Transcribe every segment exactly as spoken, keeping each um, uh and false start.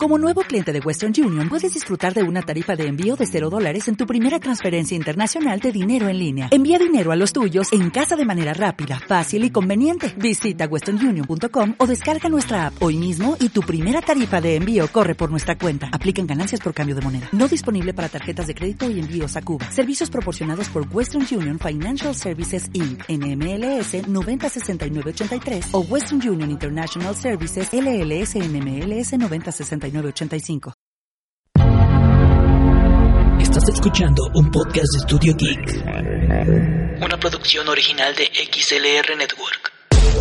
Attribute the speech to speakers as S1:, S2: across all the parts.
S1: Como nuevo cliente de Western Union, puedes disfrutar de una tarifa de envío de cero dólares en tu primera transferencia internacional de dinero en línea. Envía dinero a los tuyos en casa de manera rápida, fácil y conveniente. Visita western union punto com o descarga nuestra app hoy mismo y tu primera tarifa de envío corre por nuestra cuenta. Aplican ganancias por cambio de moneda. No disponible para tarjetas de crédito y envíos a Cuba. Servicios proporcionados por Western Union Financial Services incorporated. N M L S noventa sesenta y nueve ochenta y tres o Western Union International Services L L S N M L S noventa sesenta y nueve ochenta y cinco.
S2: Estás escuchando un podcast de Studio Geek, una producción original de X L R Network.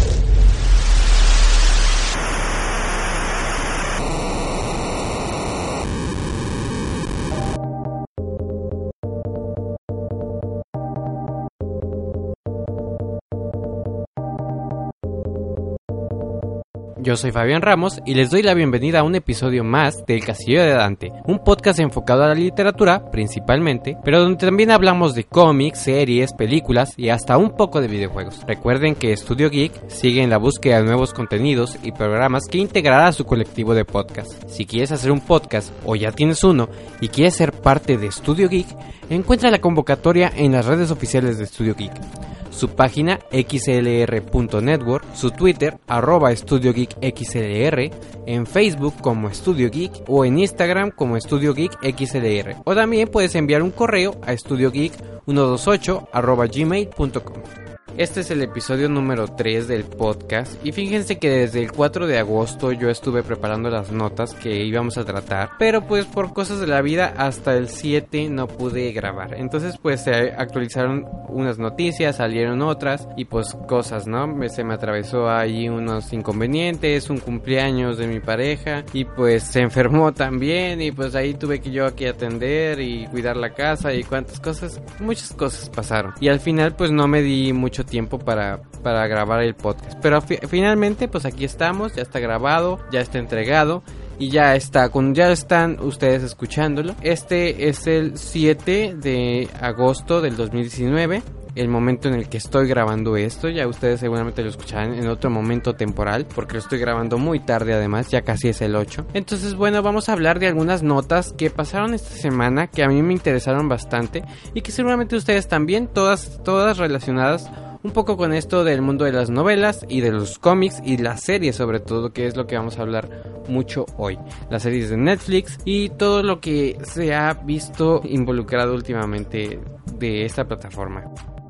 S3: Yo soy Fabián Ramos y les doy la bienvenida a un episodio más del Castillo de Dante, un podcast enfocado a la literatura, principalmente, pero donde también hablamos de cómics, series, películas y hasta un poco de videojuegos. Recuerden que Studio Geek sigue en la búsqueda de nuevos contenidos y programas que integrará a su colectivo de podcast. Si quieres hacer un podcast o ya tienes uno y quieres ser parte de Studio Geek, encuentra la convocatoria en las redes oficiales de Studio Geek. Su página x l r punto network, su Twitter arroba Studio Geek X L R, en Facebook como Studio Geek o en Instagram como Studio Geek X L R. O también puedes enviar un correo a studio geek ciento veintiocho arroba gmail punto com. Este es el episodio número tres del podcast y fíjense que desde el cuatro de agosto yo estuve preparando las notas que íbamos a tratar, pero pues por cosas de la vida hasta el siete no pude grabar. Entonces pues se actualizaron unas noticias, salieron otras y pues cosas, ¿no? Se me atravesó ahí unos inconvenientes, un cumpleaños de mi pareja y pues se enfermó también y pues ahí tuve que yo aquí atender y cuidar la casa y cuántas cosas, muchas cosas pasaron. Y al final pues no me di mucho tiempo para, para grabar el podcast, pero fi- finalmente pues aquí estamos, ya está grabado, ya está entregado y ya está, con, ya están ustedes escuchándolo. Este es el siete de agosto del dos mil diecinueve, el momento en el que estoy grabando esto. Ya ustedes seguramente lo escucharán en otro momento temporal, porque lo estoy grabando muy tarde además, ya casi es el ocho. Entonces bueno, vamos a hablar de algunas notas que pasaron esta semana, que a mí me interesaron bastante y que seguramente ustedes también, todas, todas relacionadas un poco con esto del mundo de las novelas y de los cómics y las series, sobre todo, que es lo que vamos a hablar mucho hoy. Las series de Netflix y todo lo que se ha visto involucrado últimamente de esta plataforma.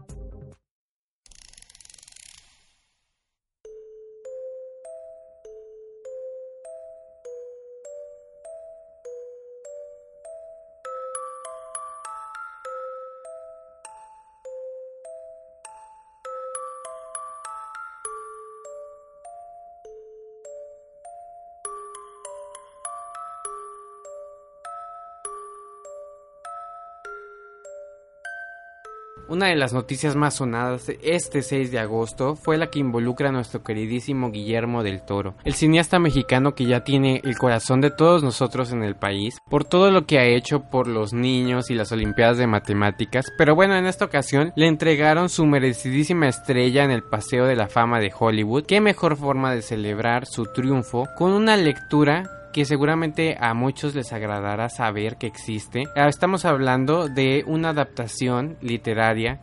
S3: Una de las noticias más sonadas este seis de agosto fue la que involucra a nuestro queridísimo Guillermo del Toro, el cineasta mexicano que ya tiene el corazón de todos nosotros en el país, por todo lo que ha hecho por los niños y las olimpiadas de matemáticas, pero bueno, en esta ocasión le entregaron su merecidísima estrella en el Paseo de la Fama de Hollywood. Qué mejor forma de celebrar su triunfo con una lectura que seguramente a muchos les agradará saber que existe. Estamos hablando de una adaptación literaria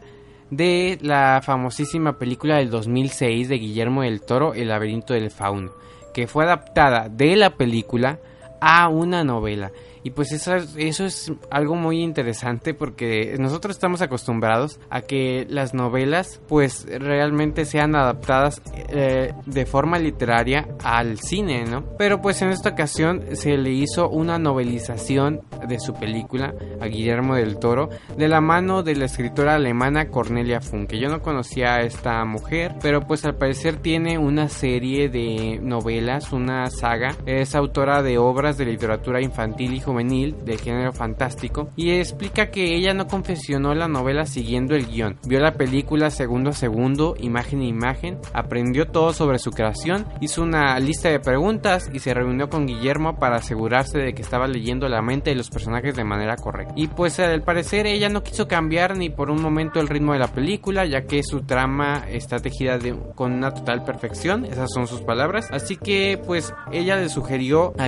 S3: de la famosísima película del dos mil seis de Guillermo del Toro, El laberinto del fauno, que fue adaptada de la película a una novela. Y pues eso, eso es algo muy interesante, porque nosotros estamos acostumbrados a que las novelas pues realmente sean adaptadas eh, de forma literaria al cine, ¿no? Pero pues en esta ocasión se le hizo una novelización de su película a Guillermo del Toro de la mano de la escritora alemana Cornelia Funke. Yo no conocía a esta mujer, pero pues al parecer tiene una serie de novelas, una saga. Es autora de obras de literatura infantil y juvenil de género fantástico, y explica que ella no confeccionó la novela siguiendo el guión, vio la película segundo a segundo, imagen a imagen, aprendió todo sobre su creación, hizo una lista de preguntas y se reunió con Guillermo para asegurarse de que estaba leyendo la mente de los personajes de manera correcta. Y pues al parecer ella no quiso cambiar ni por un momento el ritmo de la película, ya que su trama está tejida de, con una total perfección, esas son sus palabras. Así que pues ella le sugirió a Guillermo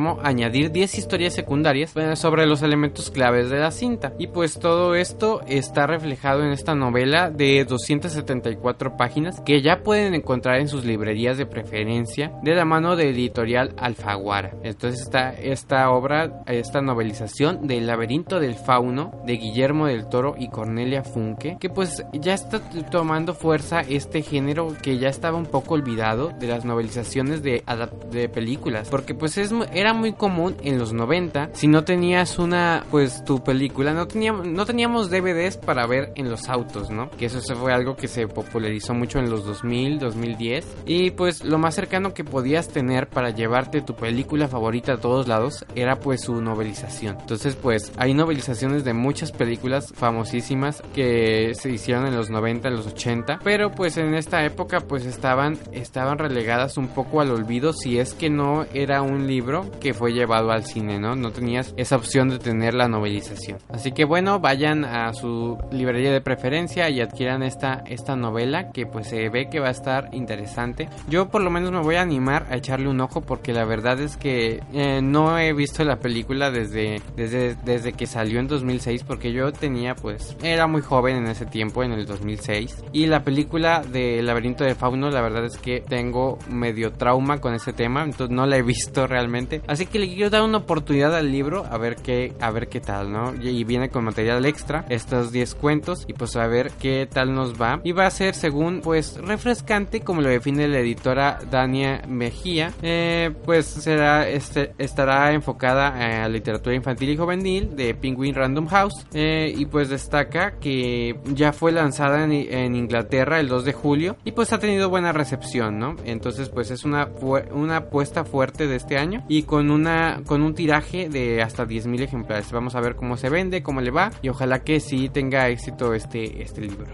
S3: informó añadir diez historias secundarias sobre los elementos claves de la cinta. Y pues todo esto está reflejado en esta novela de doscientas setenta y cuatro páginas que ya pueden encontrar en sus librerías de preferencia de la mano de editorial Alfaguara. Entonces está esta obra, esta novelización del Laberinto del Fauno de Guillermo del Toro y Cornelia Funke, que pues ya está tomando fuerza este género que ya estaba un poco olvidado de las novelizaciones de, de películas, porque pues es, era muy común en los noventa, si no tenías una, pues tu película, no teníamos, no teníamos D V Ds para ver en los autos, ¿no? Que eso fue algo que se popularizó mucho en los dos mil, dos mil diez, y pues lo más cercano que podías tener para llevarte tu película favorita a todos lados era pues su novelización. Entonces pues hay novelizaciones de muchas películas famosísimas que se hicieron en los noventa, en los ochenta, pero pues en esta época pues estaban, estaban relegadas un poco al olvido si es que no era un libro que fue llevado al cine, ¿no? No tenías esa opción de tener la novelización. Así que bueno, vayan a su librería de preferencia y adquieran esta, esta novela que pues se ve que va a estar interesante. Yo por lo menos me voy a animar a echarle un ojo porque la verdad es que eh, no he visto la película desde, desde, desde que salió en dos mil seis, porque yo tenía pues, era muy joven en ese tiempo, en el dos mil seis, y la película de Laberinto del Fauno la verdad es que tengo medio trauma con ese tema, entonces no la he visto realmente, así que le quiero dar una oportunidad al libro a ver qué, a ver qué tal, ¿no? Y viene con material extra, estos diez cuentos, y pues a ver qué tal nos va, y va a ser según pues refrescante como lo define la editora Dania Mejía, eh, pues será este, estará enfocada a literatura infantil y juvenil de Penguin Random House, eh, y pues destaca que ya fue lanzada en, en Inglaterra el dos de julio y pues ha tenido buena recepción, ¿no? Entonces pues es una, una apuesta fuerte de este año y con una con un tiraje de hasta diez mil ejemplares. Vamos a ver cómo se vende, cómo le va, y ojalá que sí tenga éxito este, este libro.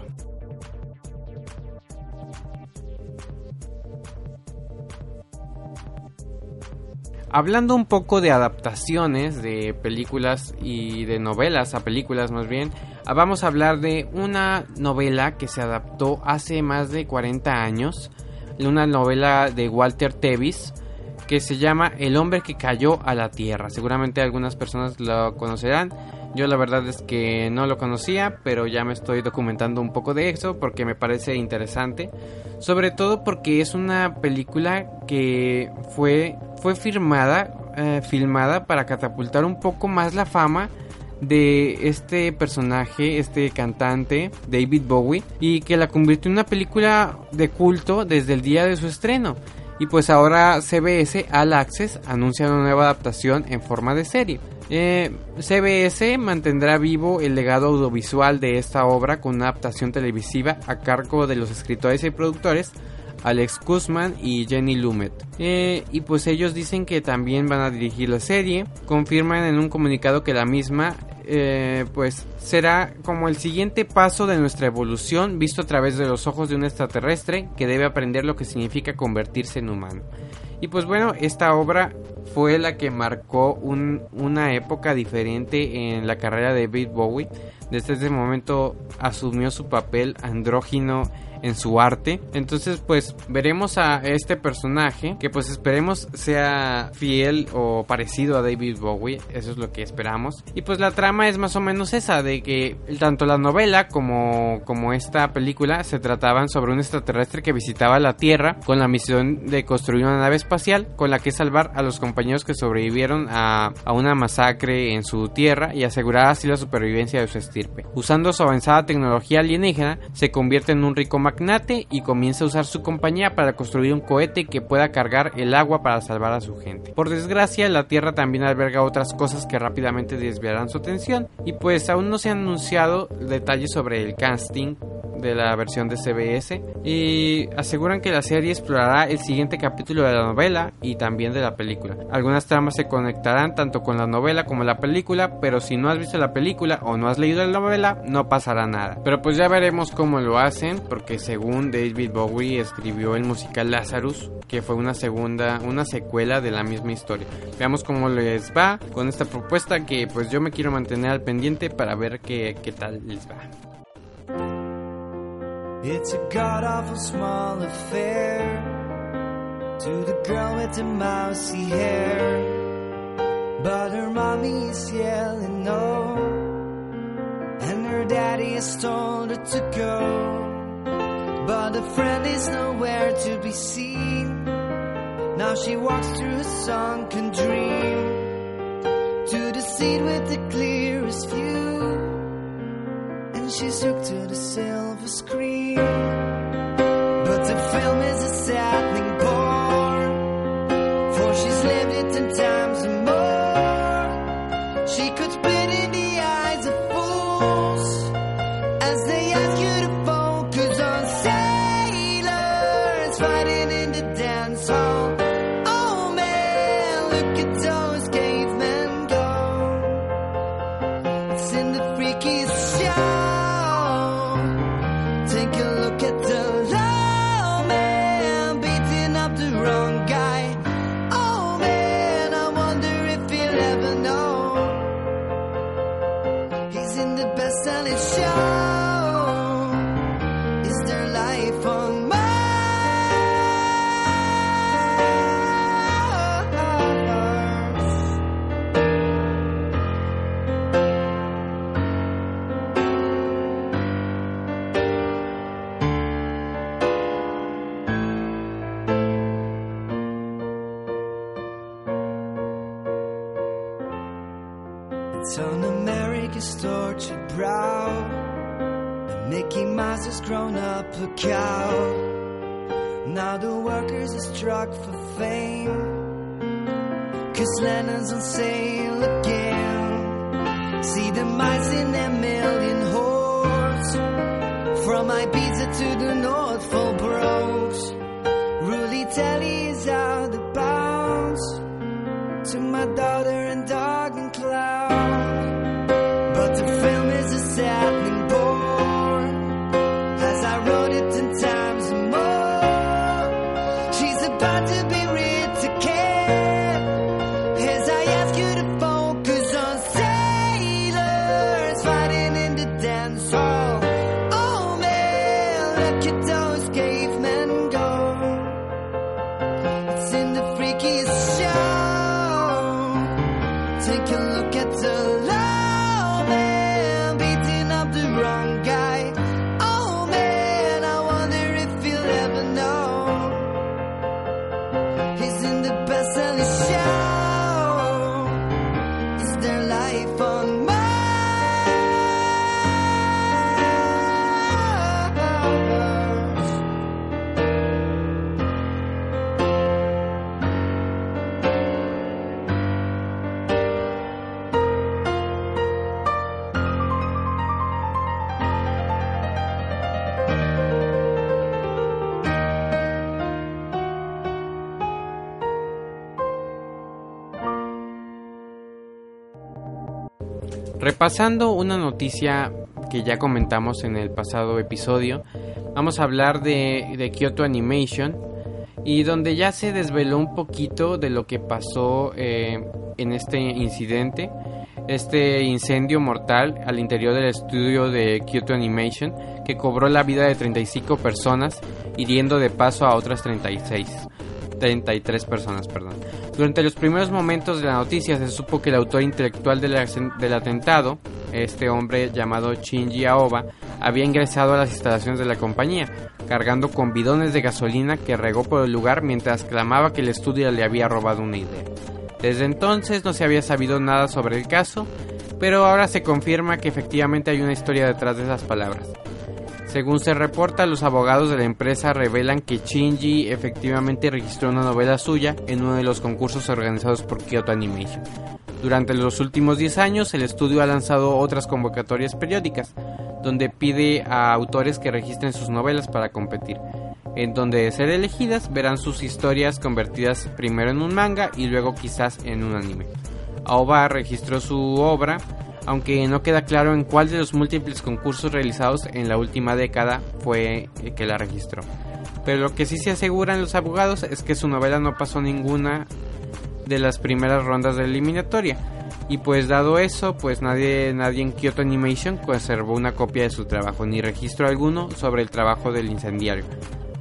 S3: Hablando un poco de adaptaciones de películas y de novelas a películas más bien, vamos a hablar de una novela que se adaptó hace más de cuarenta años, una novela de Walter Tevis que se llama El hombre que cayó a la tierra. Seguramente algunas personas lo conocerán. Yo la verdad es que no lo conocía, pero ya me estoy documentando un poco de eso porque me parece interesante. Sobre todo porque es una película que fue, fue firmada, eh, filmada para catapultar un poco más la fama de este personaje, este cantante, David Bowie, y que la convirtió en una película de culto desde el día de su estreno. Y pues ahora C B S All Access anuncia una nueva adaptación en forma de serie. Eh, C B S mantendrá vivo el legado audiovisual de esta obra con una adaptación televisiva a cargo de los escritores y productores Alex Kurtzman y Jenny Lumet. Eh, y pues ellos dicen que también van a dirigir la serie. Confirman en un comunicado que la misma eh, pues será como el siguiente paso de nuestra evolución visto a través de los ojos de un extraterrestre que debe aprender lo que significa convertirse en humano. Y pues bueno, esta obra fue la que marcó un, una época diferente en la carrera de David Bowie. Desde ese momento asumió su papel andrógino en su arte. Entonces pues veremos a este personaje que pues esperemos sea fiel o parecido a David Bowie. Eso es lo que esperamos. Y pues la trama es más o menos esa, de que tanto la novela como, como esta película se trataban sobre un extraterrestre que visitaba la Tierra con la misión de construir una nave espacial con la que salvar a los compañeros que sobrevivieron a, a una masacre en su tierra y asegurar así la supervivencia de su estirpe. Usando su avanzada tecnología alienígena, se convierte en un rico magnate y comienza a usar su compañía para construir un cohete que pueda cargar el agua para salvar a su gente. Por desgracia, la Tierra también alberga otras cosas que rápidamente desviarán su atención y pues aún no se han anunciado detalles sobre el casting de la versión de C B S y aseguran que la serie explorará el siguiente capítulo de la novela y también de la película. Algunas tramas se conectarán tanto con la novela como la película, pero si no has visto la película o no has leído la novela no pasará nada. Pero pues ya veremos cómo lo hacen, porque según David Bowie escribió el musical Lazarus, que fue una segunda, una secuela de la misma historia. Veamos cómo les va con esta propuesta, que pues yo me quiero mantener al pendiente para ver qué, qué tal les va.
S4: It's a god-awful small affair to the girl with the mousy hair. but her mommy is yelling no, and her daddy has told her to go, but a friend is nowhere to be seen. Now she walks through a sunken dream to the seat with the clearest view, and she's hooked to the silver screen. But the film is a saddening bore, for she's lived it ten times or more. She could spit in the eyes of fools as they ask you to focus on sailors fighting in the dance hall. Oh man, look at those cavemen go. It's in the freakiest show. Take a look at the low man beating up the wrong guy. Oh man, I wonder if he'll ever know. He's in the best-selling show. Is there life on Mars? It's on America's tortured brow. And Mickey Mouse has grown up a cow. Now the workers are struck for fame, 'cause Lennon's on sale again. See the mice in their million hordes, from Ibiza to the North Pole bros. Ruly Telly is out of bounds to my daughter and dog and clown. But the film is a saddening bore, as I wrote it ten times or more. She's about to be rid to care, as I ask you to focus on sailors fighting in the dance hall. Oh man, look at those cavemen go. It's in the freakiest show. Take a look at the low man beating up the wrong guy. Oh man, I wonder if he'll ever know. He's in the best-selling show. Is there life on Mars?
S3: Repasando una noticia que ya comentamos en el pasado episodio, vamos a hablar de, de Kyoto Animation, y donde ya se desveló un poquito de lo que pasó eh, en este incidente, este incendio mortal al interior del estudio de Kyoto Animation, que cobró la vida de treinta y cinco personas, hiriendo de paso a otras treinta y seis. treinta y tres personas, perdón. Durante los primeros momentos de la noticia se supo que el autor intelectual del, del atentado, este hombre llamado Shinji Aoba, había ingresado a las instalaciones de la compañía, cargando con bidones de gasolina que regó por el lugar mientras clamaba que el estudio le había robado una idea. Desde entonces no se había sabido nada sobre el caso, pero ahora se confirma que efectivamente hay una historia detrás de esas palabras. Según se reporta, los abogados de la empresa revelan que Shinji efectivamente registró una novela suya en uno de los concursos organizados por Kyoto Animation. Durante los últimos diez años, el estudio ha lanzado otras convocatorias periódicas, donde pide a autores que registren sus novelas para competir. En donde, de ser elegidas, verán sus historias convertidas primero en un manga y luego quizás en un anime. Aoba registró su obra, aunque no queda claro en cuál de los múltiples concursos realizados en la última década fue que la registró. Pero lo que sí se aseguran los abogados es que su novela no pasó ninguna de las primeras rondas de eliminatoria, y pues dado eso, pues nadie, nadie en Kyoto Animation conservó una copia de su trabajo, ni registro alguno sobre el trabajo del incendiario.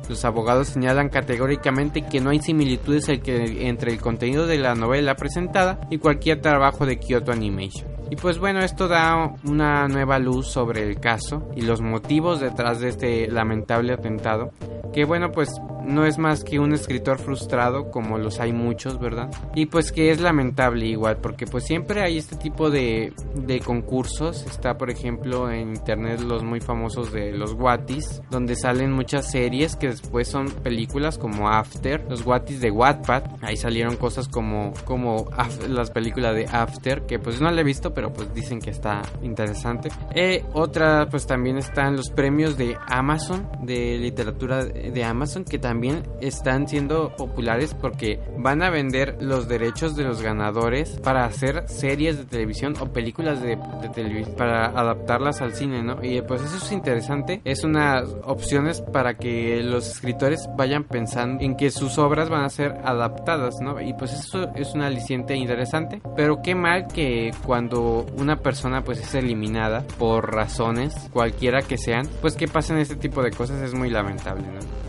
S3: Los abogados señalan categóricamente que no hay similitudes el que, entre el contenido de la novela presentada y cualquier trabajo de Kyoto Animation. Y pues bueno, esto da una nueva luz sobre el caso y los motivos detrás de este lamentable atentado, que bueno, pues no es más que un escritor frustrado, como los hay muchos, ¿verdad? Y pues que es lamentable igual, porque pues siempre hay este tipo de, de concursos. Está por ejemplo en internet los muy famosos de los Watties, donde salen muchas series que después son películas, como After, los Watties de Wattpad. Ahí salieron cosas como, como af- las películas de After, que pues no la he visto, pero pues dicen que está interesante. Eh, otra pues también están los premios de Amazon, de literatura de Amazon, que también también están siendo populares porque van a vender los derechos de los ganadores para hacer series de televisión o películas de, de televisión para adaptarlas al cine, ¿no? Y pues eso es interesante, es unas opciones para que los escritores vayan pensando en que sus obras van a ser adaptadas, ¿no? Y pues eso es un aliciente interesante, pero qué mal que cuando una persona pues es eliminada por razones cualquiera que sean, pues que pasen este tipo de cosas, es muy lamentable, ¿no?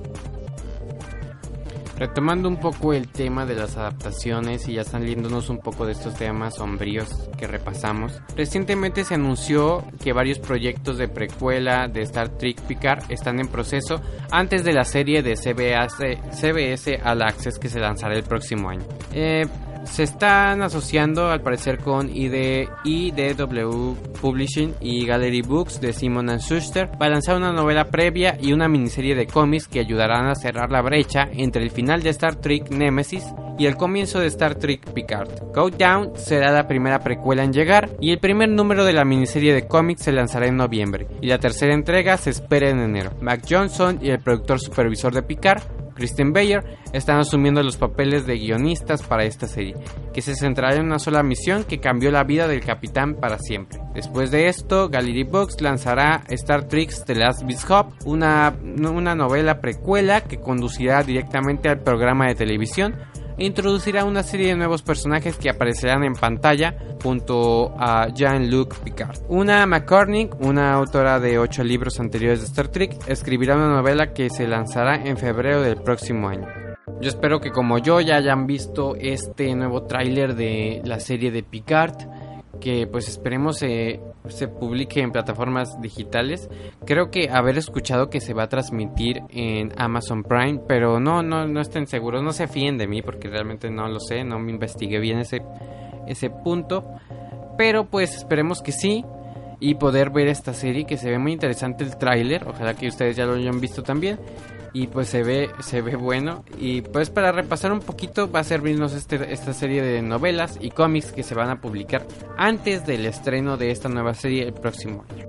S3: Retomando un poco el tema de las adaptaciones y ya saliéndonos un poco de estos temas sombríos que repasamos, recientemente se anunció que varios proyectos de precuela de Star Trek Picard están en proceso antes de la serie de C B S, C B S All Access que se lanzará el próximo año. Eh... Se están asociando al parecer con I D W Publishing y Gallery Books de Simon and Schuster para lanzar una novela previa y una miniserie de cómics que ayudarán a cerrar la brecha entre el final de Star Trek Nemesis y el comienzo de Star Trek Picard. Countdown será la primera precuela en llegar y el primer número de la miniserie de cómics se lanzará en noviembre y la tercera entrega se espera en enero. Mac Johnson y el productor supervisor de Picard, Kristen Beyer, están asumiendo los papeles de guionistas para esta serie, que se centrará en una sola misión que cambió la vida del capitán para siempre. Después de esto, Gallery Books lanzará Star Trek The Last Bishop, una, una novela precuela que conducirá directamente al programa de televisión e introducirá una serie de nuevos personajes que aparecerán en pantalla junto a Jean-Luc Picard. Una McCormick, una autora de ocho libros anteriores de Star Trek, escribirá una novela que se lanzará en febrero del próximo año. Yo espero que como yo ya hayan visto este nuevo tráiler de la serie de Picard, que pues esperemos se, se publique en plataformas digitales. Creo que haber escuchado que se va a transmitir en Amazon Prime, pero no, no, no estén seguros, no se fíen de mí porque realmente no lo sé, no me investigué bien ese, ese punto, pero pues esperemos que sí y poder ver esta serie, que se ve muy interesante el tráiler, ojalá que ustedes ya lo hayan visto también. Y pues se ve, se ve bueno. Y pues para repasar un poquito va a servirnos este, esta serie de novelas y cómics que se van a publicar antes del estreno de esta nueva serie el próximo año.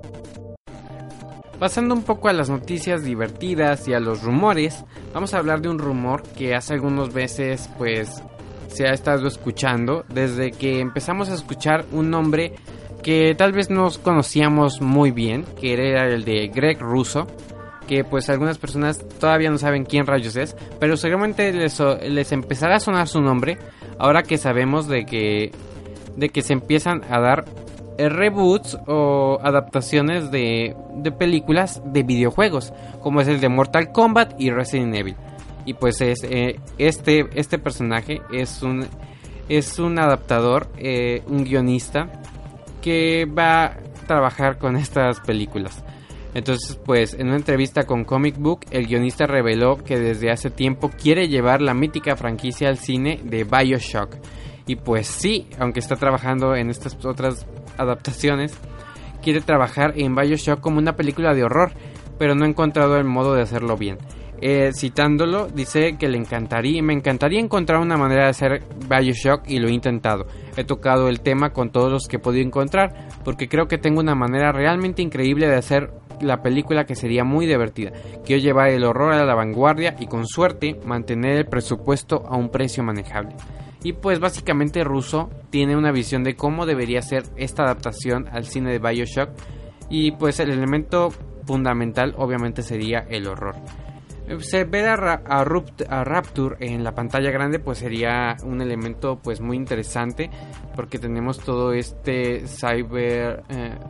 S3: Pasando un poco a las noticias divertidas y a los rumores, vamos a hablar de un rumor que hace algunos meses pues se ha estado escuchando, desde que empezamos a escuchar un nombre que tal vez no conocíamos muy bien, que era el de Greg Russo, que pues algunas personas todavía no saben quién rayos es, pero seguramente les, les empezará a sonar su nombre ahora que sabemos de que de que se empiezan a dar reboots o adaptaciones de, de películas de videojuegos, como es el de Mortal Kombat y Resident Evil. Y pues es eh, este este personaje es un es un adaptador, eh, un guionista que va a trabajar con estas películas. Entonces, pues, en una entrevista con Comic Book, el guionista reveló que desde hace tiempo quiere llevar la mítica franquicia al cine de BioShock. Y pues sí, aunque está trabajando en estas otras adaptaciones, quiere trabajar en BioShock como una película de horror, pero no ha encontrado el modo de hacerlo bien. Eh, citándolo, dice que le encantaría, me encantaría encontrar una manera de hacer BioShock y lo he intentado. He tocado el tema con todos los que he podido encontrar, porque creo que tengo una manera realmente increíble de hacer la película que sería muy divertida. Quiero llevar el horror a la vanguardia y con suerte mantener el presupuesto a un precio manejable. Y pues básicamente Russo tiene una visión de cómo debería ser esta adaptación al cine de BioShock, y pues el elemento fundamental obviamente sería el horror. Se ver a, Ra- a, Rupt- a Rapture en la pantalla grande pues sería un elemento pues muy interesante, porque tenemos todo este cyber... Eh,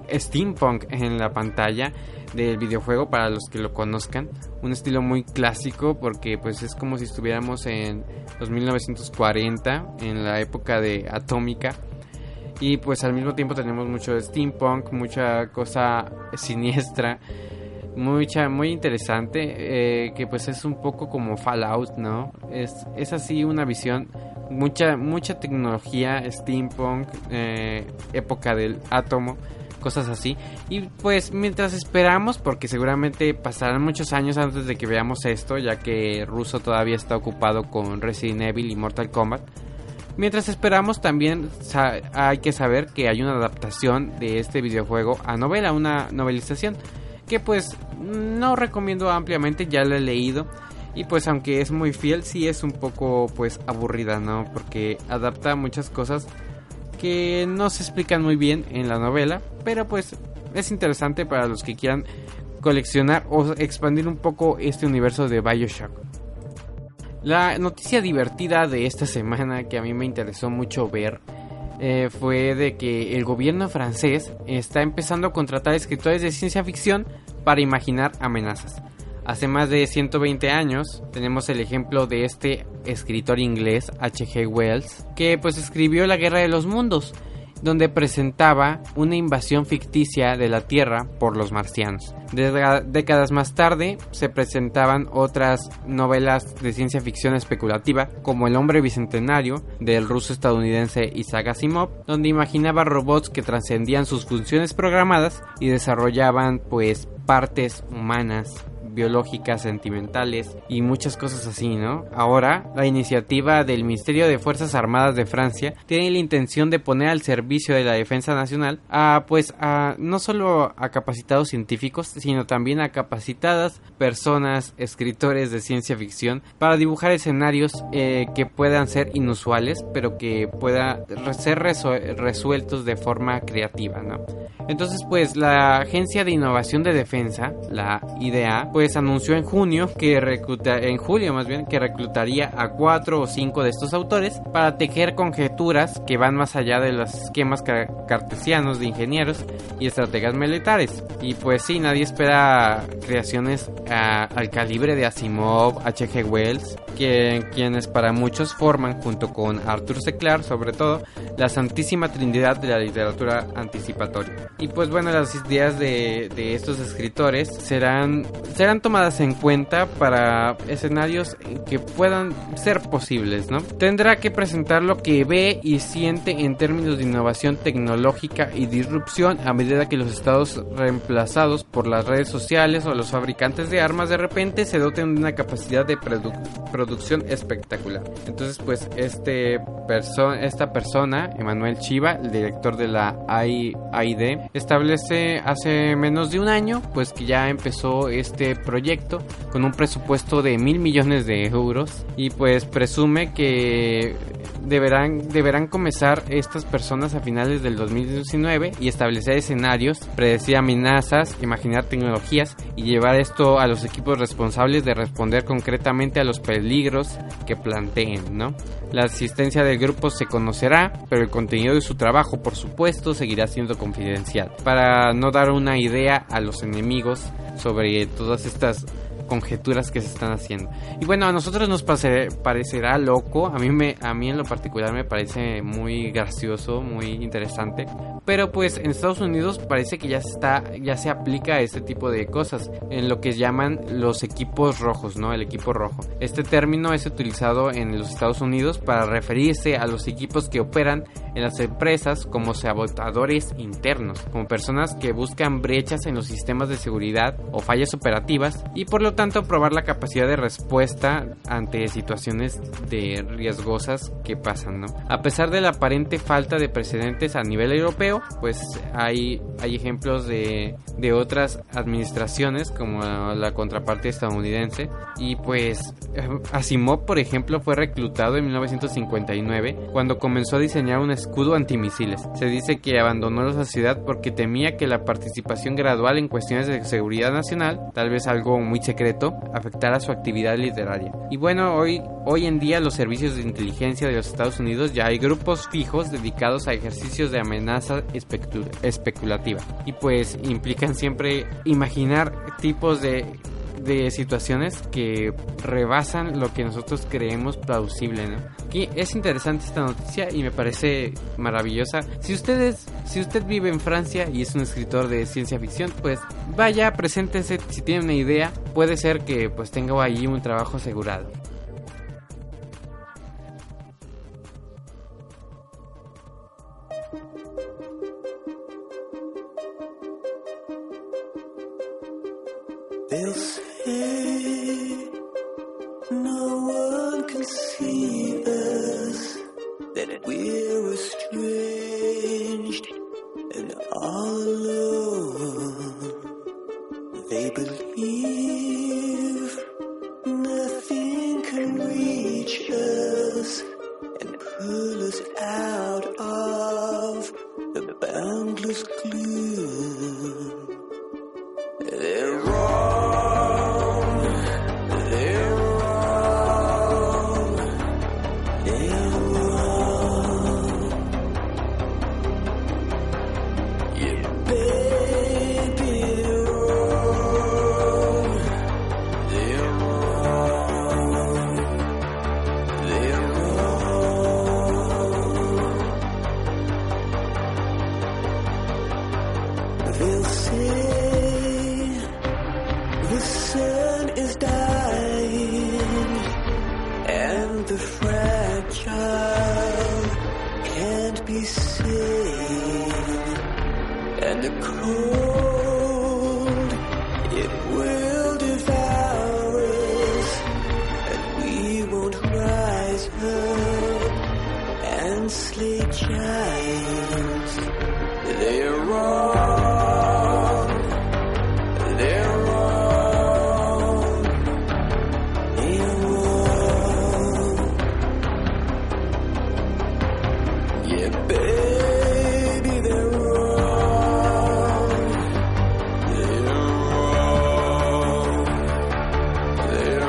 S3: steampunk en la pantalla del videojuego, para los que lo conozcan. Un estilo muy clásico, porque pues es como si estuviéramos en los mil novecientos cuarenta, en la época de Atómica. Y pues al mismo tiempo tenemos mucho de steampunk, mucha cosa siniestra, mucha muy interesante, eh, que pues es un poco como Fallout, ¿no? Es, es así una visión, mucha mucha tecnología, steampunk, eh, época del átomo, cosas así. Y pues mientras esperamos, porque seguramente pasarán muchos años antes de que veamos esto, ya que Russo todavía está ocupado con Resident Evil y Mortal Kombat. Mientras esperamos, también sa- hay que saber que hay una adaptación de este videojuego a novela, una novelización, que pues no recomiendo ampliamente, ya la he leído. Y pues aunque es muy fiel, sí es un poco pues aburrida, ¿no? Porque adapta muchas cosas que no se explican muy bien en la novela, pero pues es interesante para los que quieran coleccionar o expandir un poco este universo de BioShock. La noticia divertida de esta semana que a mí me interesó mucho ver eh, fue de que el gobierno francés está empezando a contratar escritores de ciencia ficción para imaginar amenazas. Hace más de ciento veinte años tenemos el ejemplo de este escritor inglés H G Wells, que pues escribió La Guerra de los Mundos, donde presentaba una invasión ficticia de la Tierra por los marcianos. Desde décadas más tarde se presentaban otras novelas de ciencia ficción especulativa, como El Hombre Bicentenario, del ruso estadounidense Isaac Asimov, donde imaginaba robots que trascendían sus funciones programadas y desarrollaban pues partes humanas, biológicas, sentimentales y muchas cosas así, ¿no? Ahora, la iniciativa del Ministerio de Fuerzas Armadas de Francia tiene la intención de poner al servicio de la defensa nacional a, pues, a no solo a capacitados científicos, sino también a capacitadas personas, escritores de ciencia ficción, para dibujar escenarios eh, que puedan ser inusuales, pero que puedan ser resu- resueltos de forma creativa, ¿no? Entonces, pues, la Agencia de Innovación de Defensa, la I D A, pues anunció en junio que recluta, en julio más bien, que reclutaría a cuatro o cinco de estos autores para tejer conjeturas que van más allá de los esquemas car- cartesianos de ingenieros y estrategas militares. Y pues sí, nadie espera creaciones a, al calibre de Asimov, H G Wells, que, quienes para muchos forman, junto con Arthur C. Clarke sobre todo, la santísima trinidad de la literatura anticipatoria. Y pues bueno, las ideas de, de estos escritores serán, serán tomadas en cuenta para escenarios que puedan ser posibles, ¿no? Tendrá que presentar lo que ve y siente en términos de innovación tecnológica y disrupción a medida que los estados reemplazados por las redes sociales o los fabricantes de armas de repente se doten de una capacidad de produ- producción espectacular. Entonces pues este perso- esta persona, Emmanuel Chiva, el director de la A I D, establece hace menos de un año pues que ya empezó este proyecto con un presupuesto de mil millones de euros y pues presume que deberán deberán comenzar estas personas a finales del dos mil diecinueve y establecer escenarios, predecir amenazas, imaginar tecnologías y llevar esto a los equipos responsables de responder concretamente a los peligros que planteen, ¿no? La asistencia del grupo se conocerá, pero el contenido de su trabajo, por supuesto, seguirá siendo confidencial, para no dar una idea a los enemigos sobre todas estas conjeturas que se están haciendo. Y bueno, a nosotros nos pase, parecerá loco, a mí me a mí en lo particular me parece muy gracioso, muy interesante, pero pues en Estados Unidos parece que ya se está ya se aplica este tipo de cosas en lo que llaman los equipos rojos, ¿no? El equipo rojo. Este término es utilizado en los Estados Unidos para referirse a los equipos que operan en las empresas como sabotadores internos, como personas que buscan brechas en los sistemas de seguridad o fallas operativas y por lo tanto probar la capacidad de respuesta ante situaciones de riesgosas que pasan, ¿no? A pesar de la aparente falta de precedentes a nivel europeo, pues hay, hay ejemplos de, de otras administraciones como la contraparte estadounidense y pues Asimov, por ejemplo, fue reclutado en mil novecientos cincuenta y nueve cuando comenzó a diseñar un escudo antimisiles. Se dice que abandonó la sociedad porque temía que la participación gradual en cuestiones de seguridad nacional, tal vez algo muy secreto concreto afectara su actividad literaria. Y bueno, hoy, hoy en día los servicios de inteligencia de los Estados Unidos ya hay grupos fijos dedicados a ejercicios de amenaza especu- especulativa. Y pues implican siempre imaginar tipos de... de situaciones que rebasan lo que nosotros creemos plausible, ¿no? Aquí es interesante esta noticia y me parece maravillosa. Si ustedes, si usted vive en Francia y es un escritor de ciencia ficción, pues vaya, preséntese. Si tiene una idea, puede ser que pues tenga ahí un trabajo asegurado.
S4: They'll say no one can see us, that we're estranged and all alone. They believe nothing can reach us and pull us out of the boundless gloom. They're wrong, they're wrong, they're wrong. Yeah, baby, they're wrong, they're wrong, they're wrong. They'll say the sun is dying and the fragile can't be saved, and the cold, it will devour us, and we won't rise up and slay giants. They're wrong, they're wrong, they're wrong. Yeah, baby, they're wrong, they're wrong, they're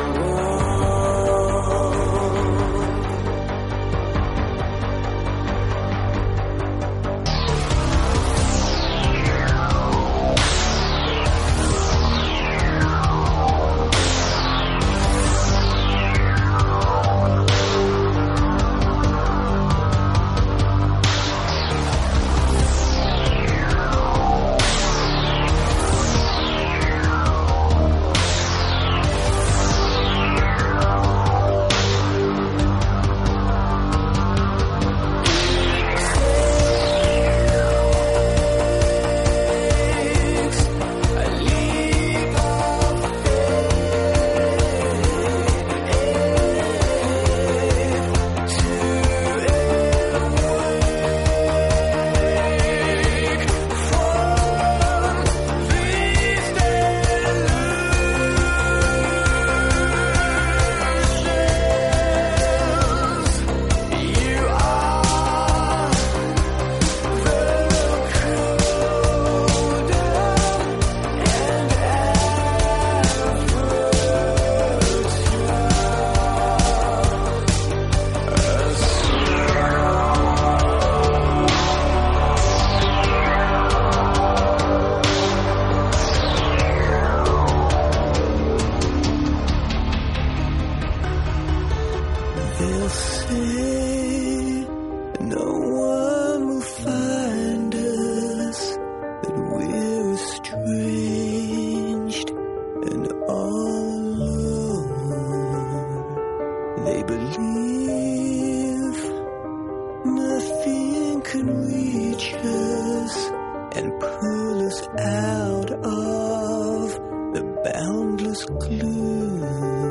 S4: They'll say no one will find us, that we're estranged and all alone. They believe nothing can reach us and pull us out of the boundless gloom.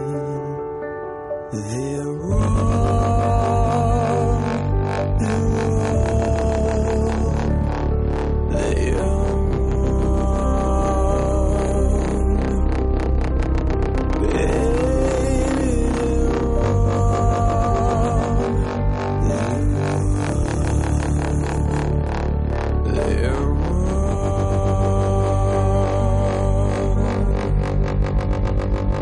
S4: They're wrong, they're wrong, they are wrong. Baby, they're wrong, they're wrong, they're wrong.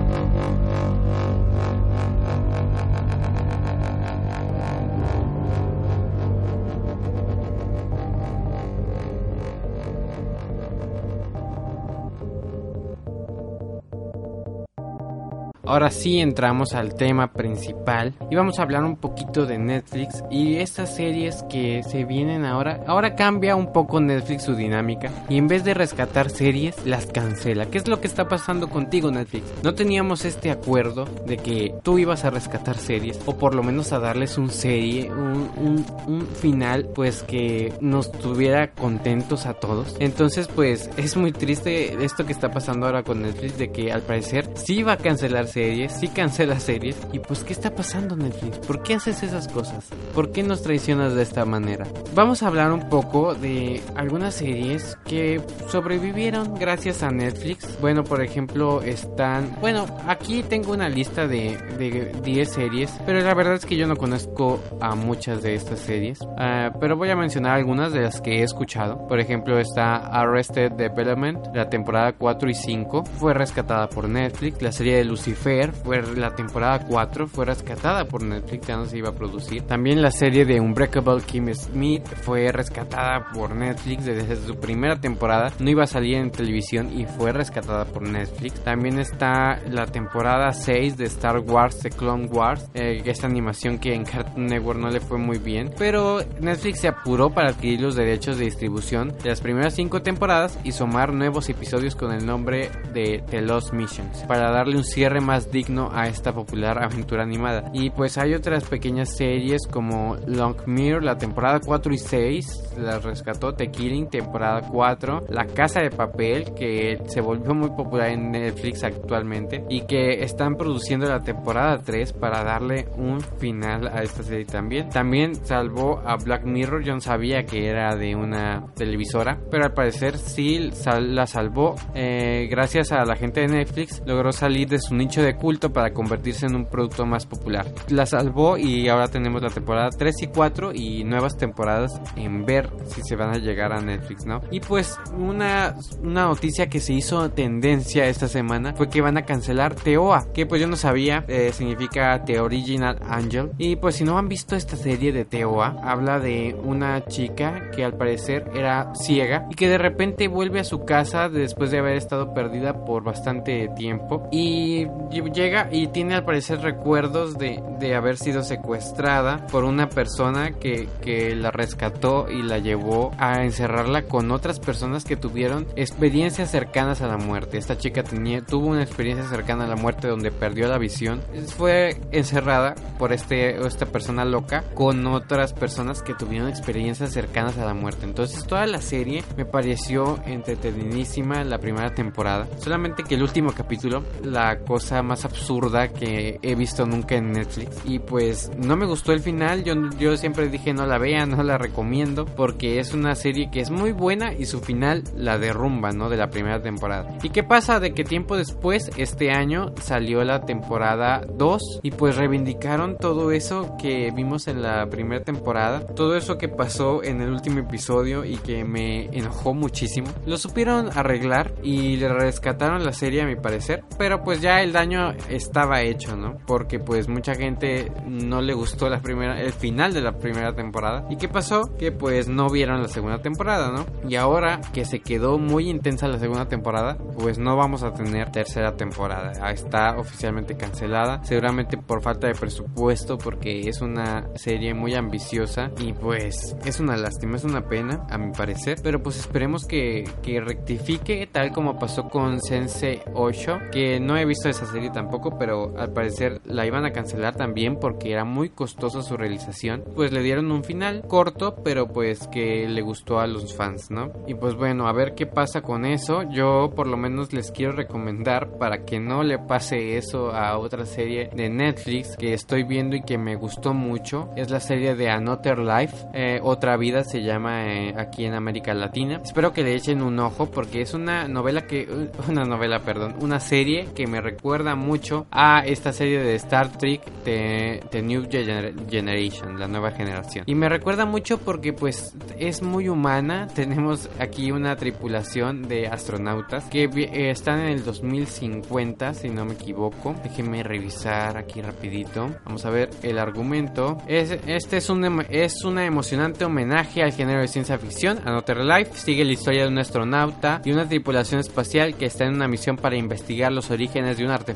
S3: ahora sí entramos al tema principal y vamos a hablar un poquito de Netflix y estas series que se vienen ahora. Ahora cambia un poco Netflix su dinámica y en vez de rescatar series, las cancela. ¿Qué es lo que está pasando contigo, Netflix? No teníamos este acuerdo de que tú ibas a rescatar series o por lo menos a darles un serie, un, un, un final pues que nos tuviera contentos a todos. Entonces pues es muy triste esto que está pasando ahora con Netflix, de que al parecer sí va a cancelar series, sí cancela series. Y pues ¿qué está pasando, Netflix? ¿Por qué haces esas cosas? ¿Por qué nos traicionas de esta manera? Vamos a hablar un poco de algunas series que sobrevivieron gracias a Netflix. Bueno, por ejemplo están, bueno, aquí tengo una lista de, de diez series, pero la verdad es que yo no conozco a muchas de estas series, uh, pero voy a mencionar algunas de las que he escuchado. Por ejemplo está Arrested Development, la temporada cuatro y cinco fue rescatada por Netflix. La serie de Lucifer fue la temporada cuatro, fue rescatada por Netflix, ya no se iba a producir. También la serie de Unbreakable Kimmy Schmidt fue rescatada por Netflix desde su primera temporada, no iba a salir en televisión y fue rescatada por Netflix. También está la temporada seis de Star Wars The Clone Wars, eh, esta animación que en Cartoon Network no le fue muy bien, pero Netflix se apuró para adquirir los derechos de distribución de las primeras cinco temporadas y sumar nuevos episodios con el nombre de The Lost Missions para darle un cierre más digno a esta popular aventura animada. Y pues hay otras pequeñas series como Long Mirror, la temporada cuatro y seis la rescató The Killing, temporada cuatro, La Casa de Papel, que se volvió muy popular en Netflix actualmente y que están produciendo la temporada tres para darle un final a esta serie también. También salvó a Black Mirror, yo no sabía que era de una televisora, pero al parecer sí sal- la salvó. Eh, gracias a la gente de Netflix logró salir de su nicho de culto para convertirse en un producto más popular. La salvó y ahora tenemos la temporada tres y cuatro y nuevas temporadas en ver si se van a llegar a Netflix, ¿no? Y pues una, una noticia que se hizo tendencia esta semana fue que van a cancelar T O A, que pues yo no sabía, eh, significa The Original Angel. Y pues si no han visto esta serie de T O A, habla de una chica que al parecer era ciega y que de repente vuelve a su casa después de haber estado perdida por bastante tiempo y llega y tiene al parecer recuerdos de, de haber sido secuestrada por una persona que, que la rescató y la llevó a encerrarla con otras personas que tuvieron experiencias cercanas a la muerte. Esta chica tenía, tuvo una experiencia cercana a la muerte donde perdió la visión. Fue encerrada por este, esta persona loca con otras personas que tuvieron experiencias cercanas a la muerte. Entonces toda la serie me pareció entretenidísima la primera temporada. Solamente que el último capítulo, la cosa más absurda que he visto nunca en Netflix. Y pues no me gustó el final. Yo, yo siempre dije no la vean, no la recomiendo, porque es una serie que es muy buena y su final la derrumba, ¿no? De la primera temporada. ¿Y qué pasa? De que tiempo después, este año, salió la temporada dos y pues reivindicaron todo eso que vimos en la primera temporada, todo eso que pasó en el último episodio y que me enojó muchísimo. Lo supieron arreglar y le rescataron la serie a mi parecer, pero pues ya el daño estaba hecho, ¿no? Porque pues mucha gente no le gustó la primera, el final de la primera temporada. ¿Y qué pasó? Que pues no vieron la segunda temporada, ¿no? Y ahora que se quedó muy intensa la segunda temporada, pues no vamos a tener tercera temporada. Está oficialmente cancelada, seguramente por falta de presupuesto, porque es una serie muy ambiciosa y pues es una lástima, es una pena a mi parecer, pero pues esperemos que, que rectifique, tal como pasó con Sensei ocho, que no he visto esa serie tampoco, pero al parecer la iban a cancelar también porque era muy costosa su realización. Pues le dieron un final corto, pero pues que le gustó a los fans, ¿no? Y pues bueno, a ver qué pasa con eso. Yo por lo menos les quiero recomendar, para que no le pase eso a otra serie de Netflix que estoy viendo y que me gustó mucho, es la serie de Another Life, eh, Otra Vida se llama eh, aquí en América Latina. Espero que le echen un ojo porque es una novela que, una novela, perdón, una serie que me recuerda mucho a esta serie de Star Trek, The, The New Gener- Generation, la nueva generación. Y me recuerda mucho porque pues es muy humana. Tenemos aquí una tripulación de astronautas que eh, están en el dos mil cincuenta, si no me equivoco. Déjenme revisar aquí rapidito. Vamos a ver el argumento. Es, este es un es una emocionante homenaje al género de ciencia ficción. Another Life sigue la historia de un astronauta y una tripulación espacial que está en una misión para investigar los orígenes de un artefacto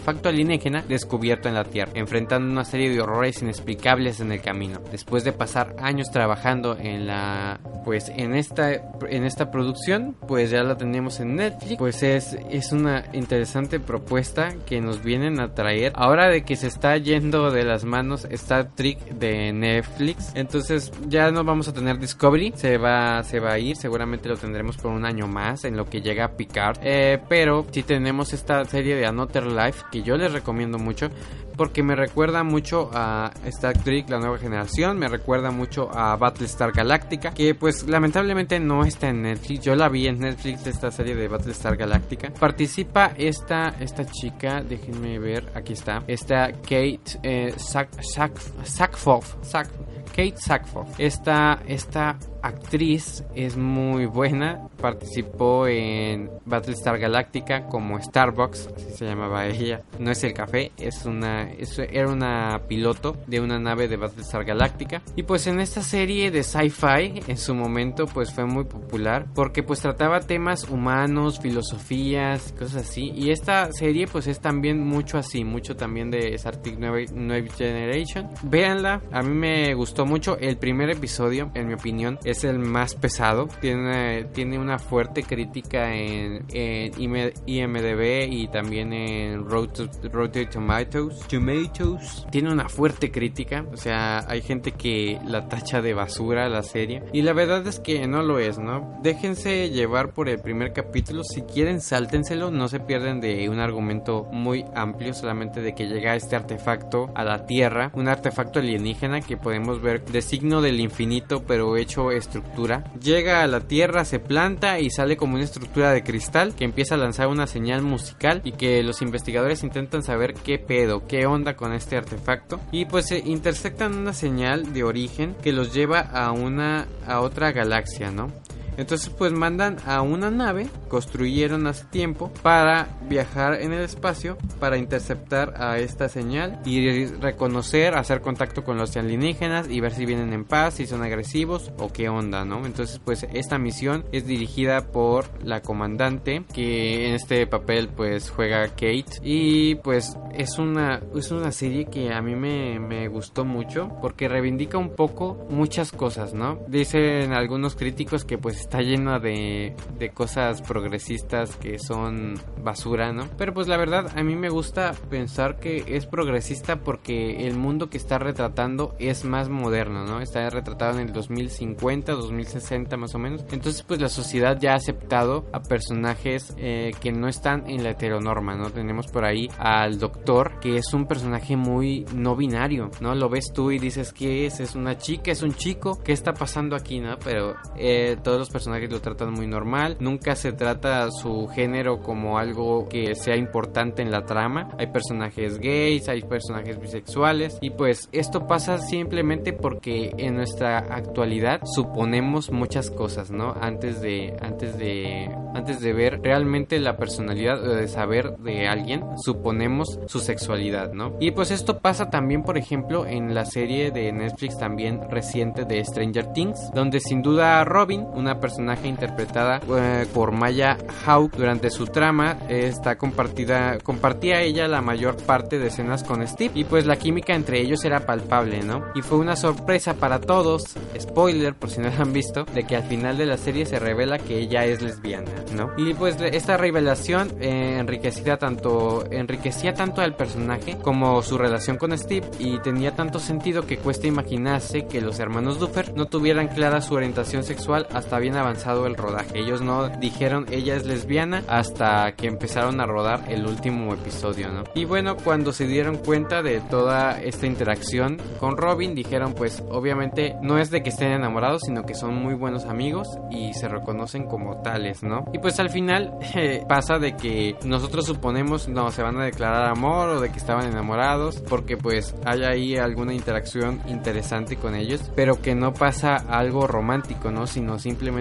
S3: artefacto alienígena descubierto en la Tierra, enfrentando una serie de horrores inexplicables en el camino. Después de pasar años trabajando en la pues en esta en esta producción, pues ya la tenemos en Netflix. Pues es es una interesante propuesta que nos vienen a traer ahora de que se está yendo de las manos Star Trek de Netflix. Entonces ya no vamos a tener Discovery, se va se va a ir, seguramente lo tendremos por un año más en lo que llega a Picard, eh, pero sí tenemos esta serie de Another Life que yo les recomiendo mucho, porque me recuerda mucho a Star Trek La Nueva Generación, me recuerda mucho a Battlestar Galactica, que pues lamentablemente no está en Netflix. Yo la vi en Netflix, esta serie de Battlestar Galactica. Participa esta esta chica, déjenme ver, aquí está, esta Kate eh, Sack, Sack, Sackhoff, Sack, Kate Sackhoff. Esta, esta actriz es muy buena, participó en Battlestar Galactica como Starbucks, así se llamaba ella. No es el café, es una es, era una piloto de una nave de Battlestar Galactica. Y pues en esta serie de sci-fi en su momento pues fue muy popular, porque pues trataba temas humanos, filosofías, cosas así. Y esta serie pues es también mucho así, mucho también de Star Trek Nueva Generation. Véanla, a mí me gustó mucho. El primer episodio, en mi opinión, es el más pesado. Tiene, tiene una fuerte crítica en, en I M D B y también en Rotten Tomatoes. Tomatoes. Tiene una fuerte crítica. O sea, hay gente que la tacha de basura la serie. Y la verdad es que no lo es, ¿no? Déjense llevar por el primer capítulo. Si quieren, sáltenselo. No se pierden de un argumento muy amplio, solamente de que llega este artefacto a la Tierra. Un artefacto alienígena que podemos ver de signo del infinito, pero hecho estructura. Llega a la Tierra, se planta y sale como una estructura de cristal que empieza a lanzar una señal musical, y que los investigadores intentan saber qué pedo, qué onda con este artefacto, y pues se intersectan una señal de origen que los lleva a una a otra galaxia, ¿no? Entonces pues mandan a una nave, construyeron hace tiempo para viajar en el espacio, para interceptar a esta señal y reconocer, hacer contacto con los alienígenas y ver si vienen en paz, si son agresivos o qué onda, ¿no? Entonces pues esta misión es dirigida por la comandante, que en este papel pues juega Kate, y pues es una, es una serie que a mí me, me gustó mucho porque reivindica un poco muchas cosas, ¿no? Dicen algunos críticos que pues está llena de, de cosas progresistas que son basura, ¿no? Pero pues la verdad a mí me gusta pensar que es progresista porque el mundo que está retratando es más moderno, ¿no? Está retratado en el dos mil cincuenta, dos mil sesenta más o menos. Entonces pues la sociedad ya ha aceptado a personajes eh, que no están en la heteronorma, ¿no? Tenemos por ahí al doctor, que es un personaje muy no binario, ¿no? Lo ves tú y dices, ¿qué es? ¿Es una chica? ¿Es un chico? ¿Qué está pasando aquí, no? Pero eh, todos los personajes lo tratan muy normal, nunca se trata su género como algo que sea importante en la trama. Hay personajes gays, hay personajes bisexuales, y pues esto pasa simplemente porque en nuestra actualidad suponemos muchas cosas, ¿no? Antes de antes de antes de ver realmente la personalidad o de saber de alguien, suponemos su sexualidad, ¿no? Y pues esto pasa también, por ejemplo, en la serie de Netflix también reciente de Stranger Things, donde sin duda Robin, una personaje interpretada eh, por Maya Hawke, durante su trama eh, está compartida compartía ella la mayor parte de escenas con Steve, y pues la química entre ellos era palpable, ¿no? Y fue una sorpresa para todos, spoiler por si no lo han visto, de que al final de la serie se revela que ella es lesbiana, ¿no? Y pues esta revelación eh, enriquecía tanto enriquecía tanto al personaje como su relación con Steve, y tenía tanto sentido que cuesta imaginarse que los hermanos Duffer no tuvieran clara su orientación sexual hasta bien avanzado el rodaje. Ellos no dijeron ella es lesbiana hasta que empezaron a rodar el último episodio, ¿no? Y bueno, cuando se dieron cuenta de toda esta interacción con Robin, dijeron pues obviamente no es de que estén enamorados, sino que son muy buenos amigos y se reconocen como tales, ¿no? Y pues al final eh, pasa de que nosotros suponemos no se van a declarar amor o de que estaban enamorados, porque pues hay ahí alguna interacción interesante con ellos, pero que no pasa algo romántico, ¿no? Sino simplemente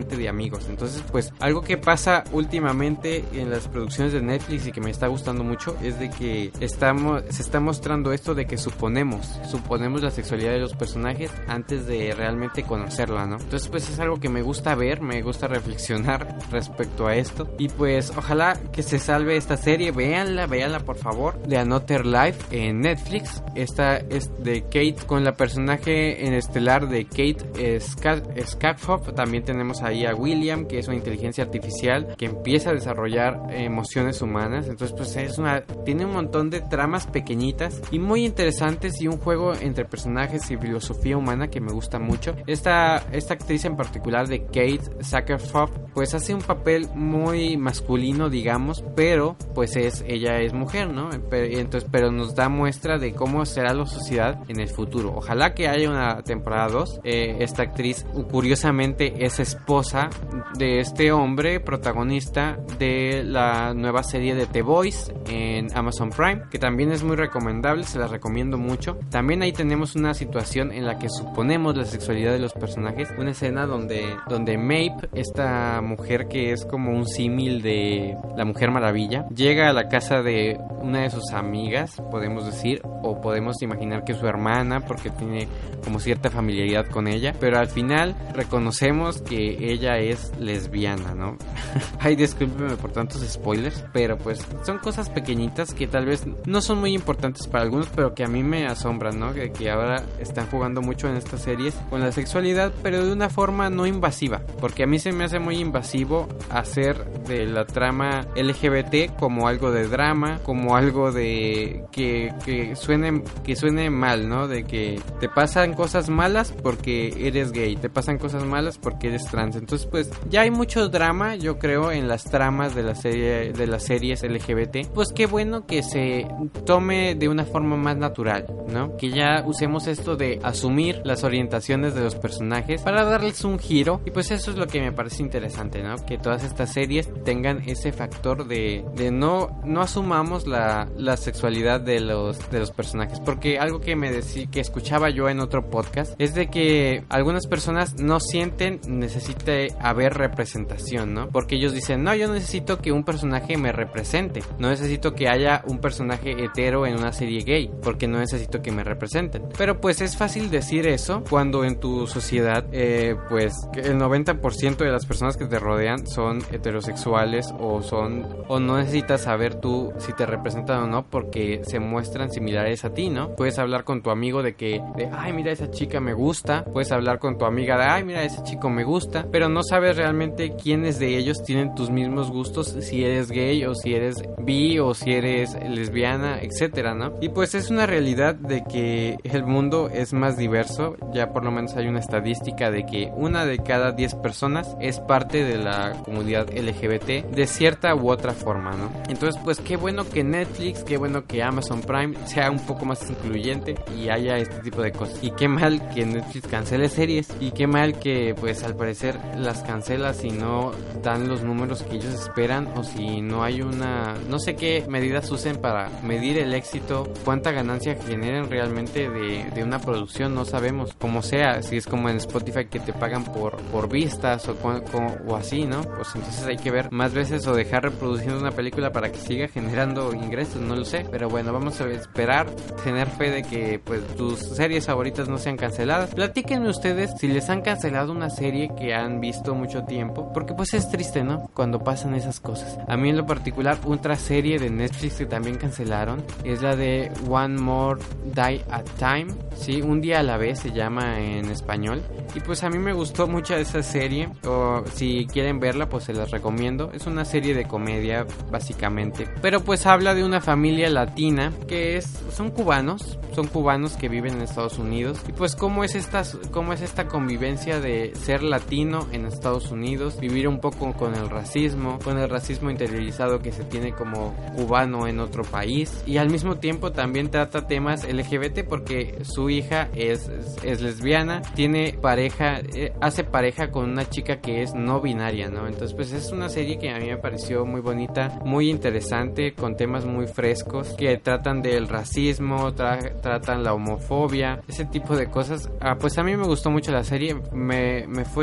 S3: solamente de amigos. Entonces pues algo que pasa últimamente en las producciones de Netflix y que me está gustando mucho es de que estamos, se está mostrando esto de que suponemos, suponemos la sexualidad de los personajes antes de realmente conocerla, ¿no? Entonces pues es algo que me gusta ver, me gusta reflexionar respecto a esto y pues ojalá que se salve esta serie, véanla, véanla por favor, de Another Life en Netflix. Esta es de Kate, con la personaje en estelar de Kate Skagfoff. También tenemos ahí a William, que es una inteligencia artificial que empieza a desarrollar emociones humanas. Entonces pues es una, tiene un montón de tramas pequeñitas y muy interesantes y un juego entre personajes y filosofía humana que me gusta mucho. Esta, esta actriz en particular de Kate Skagfoff pues hace un papel muy masculino, digamos, pero pues es, ella es mujer, ¿no? Pero, entonces, pero nos da muestra de cómo será la sociedad en el futuro. Ojalá que haya una temporada dos. Eh, esta actriz curiosamente es esposa de este hombre protagonista de la nueva serie de The Boys en Amazon Prime, que también es muy recomendable, se la recomiendo mucho. También ahí tenemos una situación en la que suponemos la sexualidad de los personajes, una escena donde, donde Maeve, esta mujer que es como un símil de la Mujer Maravilla, llega a la casa de una de sus amigas, podemos decir, o podemos imaginar que es su hermana porque tiene como cierta familiaridad con ella, pero al final reconocemos que ella es lesbiana, ¿no? Ay, discúlpeme por tantos spoilers, pero pues son cosas pequeñitas que tal vez no son muy importantes para algunos, pero que a mí me asombran, ¿no? Que, que ahora están jugando mucho en estas series con la sexualidad, pero de una forma no invasiva, porque a mí se me hace muy invasivo hacer de la trama L G B T como algo de drama, como algo de que, que suene que suene mal, ¿no? De que te pasan cosas malas porque eres gay, te pasan cosas malas porque eres trans. Entonces pues ya hay mucho drama, yo creo, en las tramas de la serie, de las series L G B T. Pues qué bueno que se tome de una forma más natural, ¿no? Que ya usemos esto de asumir las orientaciones de los personajes para darles un giro, y pues eso es lo que me parece interesante, ¿no? Que todas estas series tengan ese factor de, de no, no asumamos la, la sexualidad de los, de los personajes, porque algo que me decí, que escuchaba yo en otro podcast es de que algunas personas no sienten necesite haber representación, ¿no? Porque ellos dicen, no, yo necesito que un personaje me represente, no necesito que haya un personaje hetero en una serie gay, porque no necesito que me representen. Pero pues es fácil decir eso cuando en tu sociedad eh, pues el noventa por ciento de las personas que te rodean son heterosexuales o son o no necesitas saber tú si te representan o no porque se muestran similares a ti, ¿no? Puedes hablar con tu amigo de que de, ay, mira, esa chica me gusta, puedes hablar con tu amiga de, ay, mira, ese chico me gusta, pero no sabes realmente quiénes de ellos tienen tus mismos gustos, si eres gay o si eres bi o si eres lesbiana, etcétera, ¿no? Y pues es una realidad de que el mundo es más diverso, ya por lo menos hay una estadística de que una de cada diez personas es parte de la comunidad L G B T de cierta u otra forma, ¿no? Entonces pues qué bueno que Netflix, qué bueno que Amazon Prime sea un poco más incluyente y haya este tipo de cosas, y qué mal que Netflix cancele series, y qué mal que pues al parecer las cancela si no dan los números que ellos esperan, o si no hay una, no sé qué medidas usen para medir el éxito, cuánta ganancia generen realmente de, de una producción, no sabemos, como sea, si es como en Spotify que te pagan por, por vistas o, con, con, o así, ¿no? Pues entonces hay que ver más veces o dejar reproduciendo una película para que siga generando ingresos, no lo sé, pero bueno, vamos a esperar, tener fe de que pues tus series favoritas no sean canceladas. Platíquenme ustedes si les han cancelado una serie que han visto mucho tiempo, porque pues es triste, ¿no? Cuando pasan esas cosas. A mí en lo particular, otra serie de Netflix que también cancelaron es la de One More Day at Time, sí, un día a la vez se llama en español, y pues a mí me gustó mucho esa serie, o si quieren verla pues se las recomiendo. Es una serie de comedia básicamente, pero pues habla de una familia latina que es, son cubanos, son cubanos que viven en Estados Unidos, y pues cómo es esta, cómo es esta convivencia de ser latino en Estados Unidos, vivir un poco con el racismo, con el racismo interiorizado que se tiene como cubano en otro país, y al mismo tiempo también trata temas L G B T porque su hija es, es, es lesbiana, tiene pareja, eh, hace pareja con una chica que es no binaria, ¿no? Entonces pues es una serie que a mí me pareció muy bonita, muy interesante, con temas muy frescos que tratan del racismo, tra- tratan la homofobia, ese tipo de cosas. Ah, pues a mí me gustó mucho la serie, me, me fue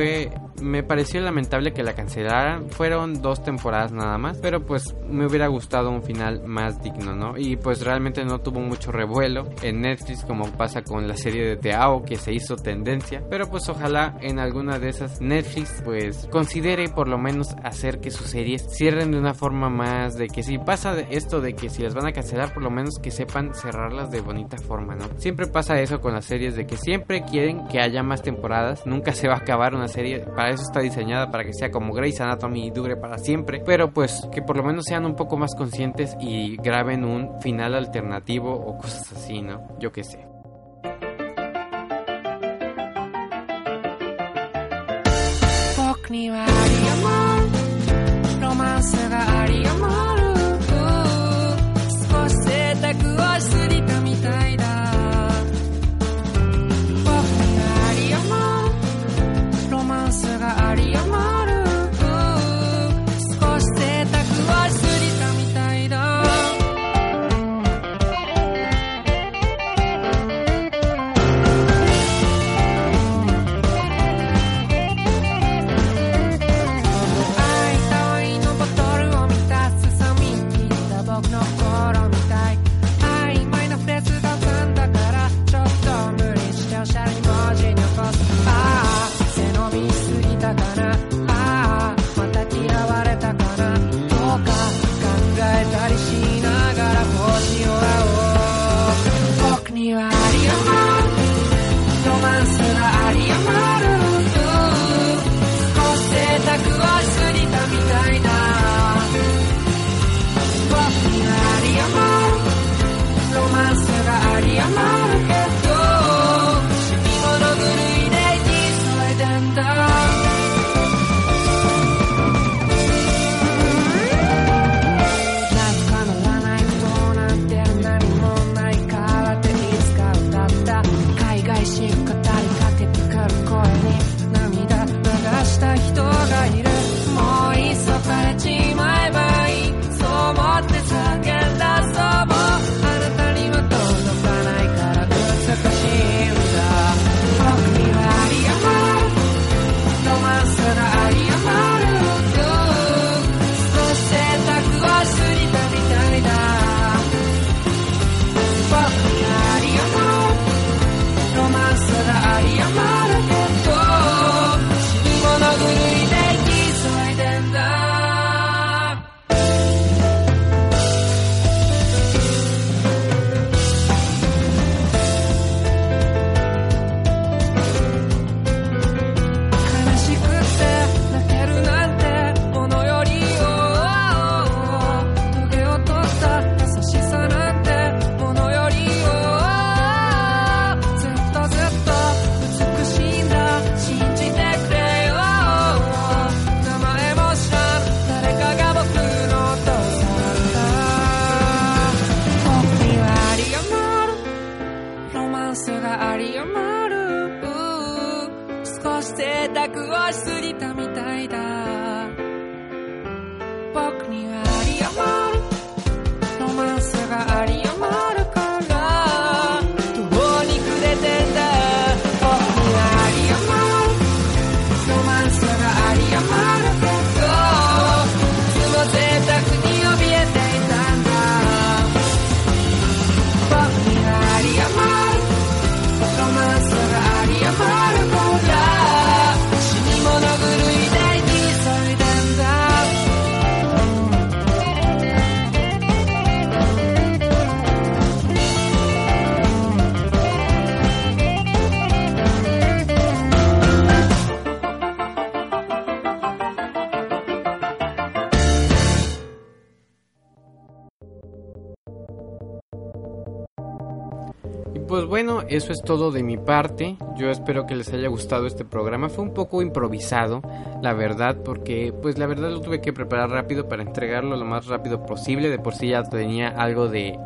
S3: me pareció lamentable que la cancelaran. Fueron dos temporadas nada más, pero pues me hubiera gustado un final más digno, ¿no? Y pues realmente no tuvo mucho revuelo en Netflix como pasa con la serie de The A O, que se hizo tendencia, pero pues ojalá en alguna de esas Netflix pues considere por lo menos hacer que sus series cierren de una forma más de que si pasa esto de que si las van a cancelar, por lo menos que sepan cerrarlas de bonita forma, ¿no? Siempre pasa eso con las series, de que siempre quieren que haya más temporadas, nunca se va a acabar una serie, para eso está diseñada, para que sea como Grey's Anatomy y dure para siempre, pero pues que por lo menos sean un poco más conscientes y graben un final alternativo o cosas así, ¿no? Yo qué sé. Pues bueno, eso es todo de mi parte. Yo espero que les haya gustado este programa. Fue un poco improvisado, la verdad, porque pues la verdad lo tuve que preparar rápido para entregarlo lo más rápido posible. De por sí ya tenía algo de,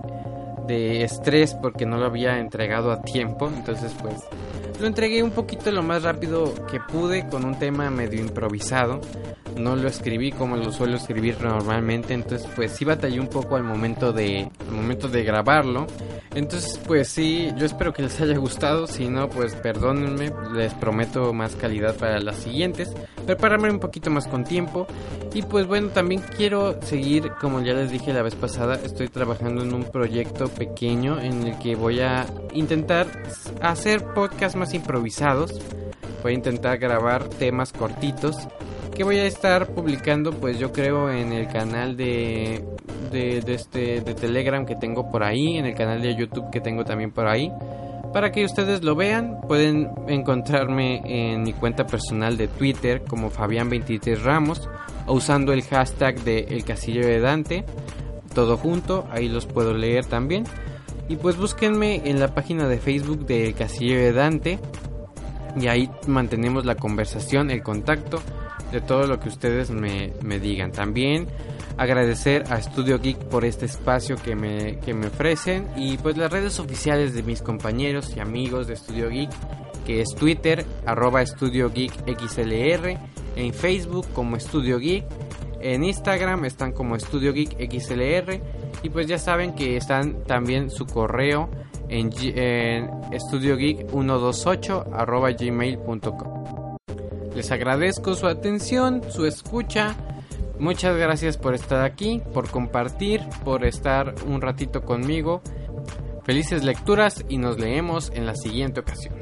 S3: de estrés porque no lo había entregado a tiempo. Entonces pues lo entregué un poquito lo más rápido que pude con un tema medio improvisado. No lo escribí como lo suelo escribir normalmente, entonces pues sí batallé un poco al momento de al momento de grabarlo. Entonces, pues sí, yo espero que les haya gustado. Si no, pues perdónenme, les prometo más calidad para las siguientes, prepararme un poquito más con tiempo. Y pues bueno, también quiero seguir, como ya les dije la vez pasada, estoy trabajando en un proyecto pequeño en el que voy a intentar hacer podcasts más improvisados. Voy a intentar grabar temas cortitos que voy a estar publicando, pues yo creo, en el canal de de, de este de Telegram que tengo por ahí, en el canal de YouTube que tengo también por ahí, para que ustedes lo vean. Pueden encontrarme en mi cuenta personal de Twitter como Fabián veintitrés Ramos, o usando el hashtag de El Casillero de Dante, todo junto, ahí los puedo leer también. Y pues búsquenme en la página de Facebook de El Casillero de Dante, y ahí mantenemos la conversación, el contacto de todo lo que ustedes me, me digan. También agradecer a Studio Geek por este espacio que me, que me ofrecen, y pues las redes oficiales de mis compañeros y amigos de Studio Geek, que es Twitter, arroba Studio Geek X L R, en Facebook como Studio Geek, en Instagram están como Studio Geek X L R, y pues ya saben que están también su correo en, en studiogeek ciento veintiocho arroba gmail punto com. Les agradezco su atención, su escucha. Muchas gracias por estar aquí, por compartir, por estar un ratito conmigo. Felices lecturas y nos leemos en la siguiente ocasión.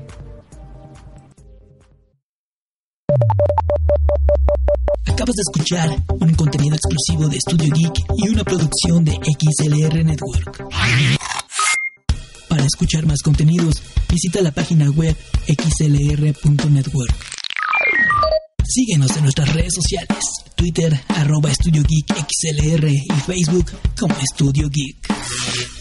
S2: Acabas de escuchar un contenido exclusivo de Studio Geek y una producción de X L R Network. Para escuchar más contenidos, visita la página web x l r punto network. Síguenos en nuestras redes sociales, Twitter, arroba Studio Geek X L R, y Facebook como Studio Geek.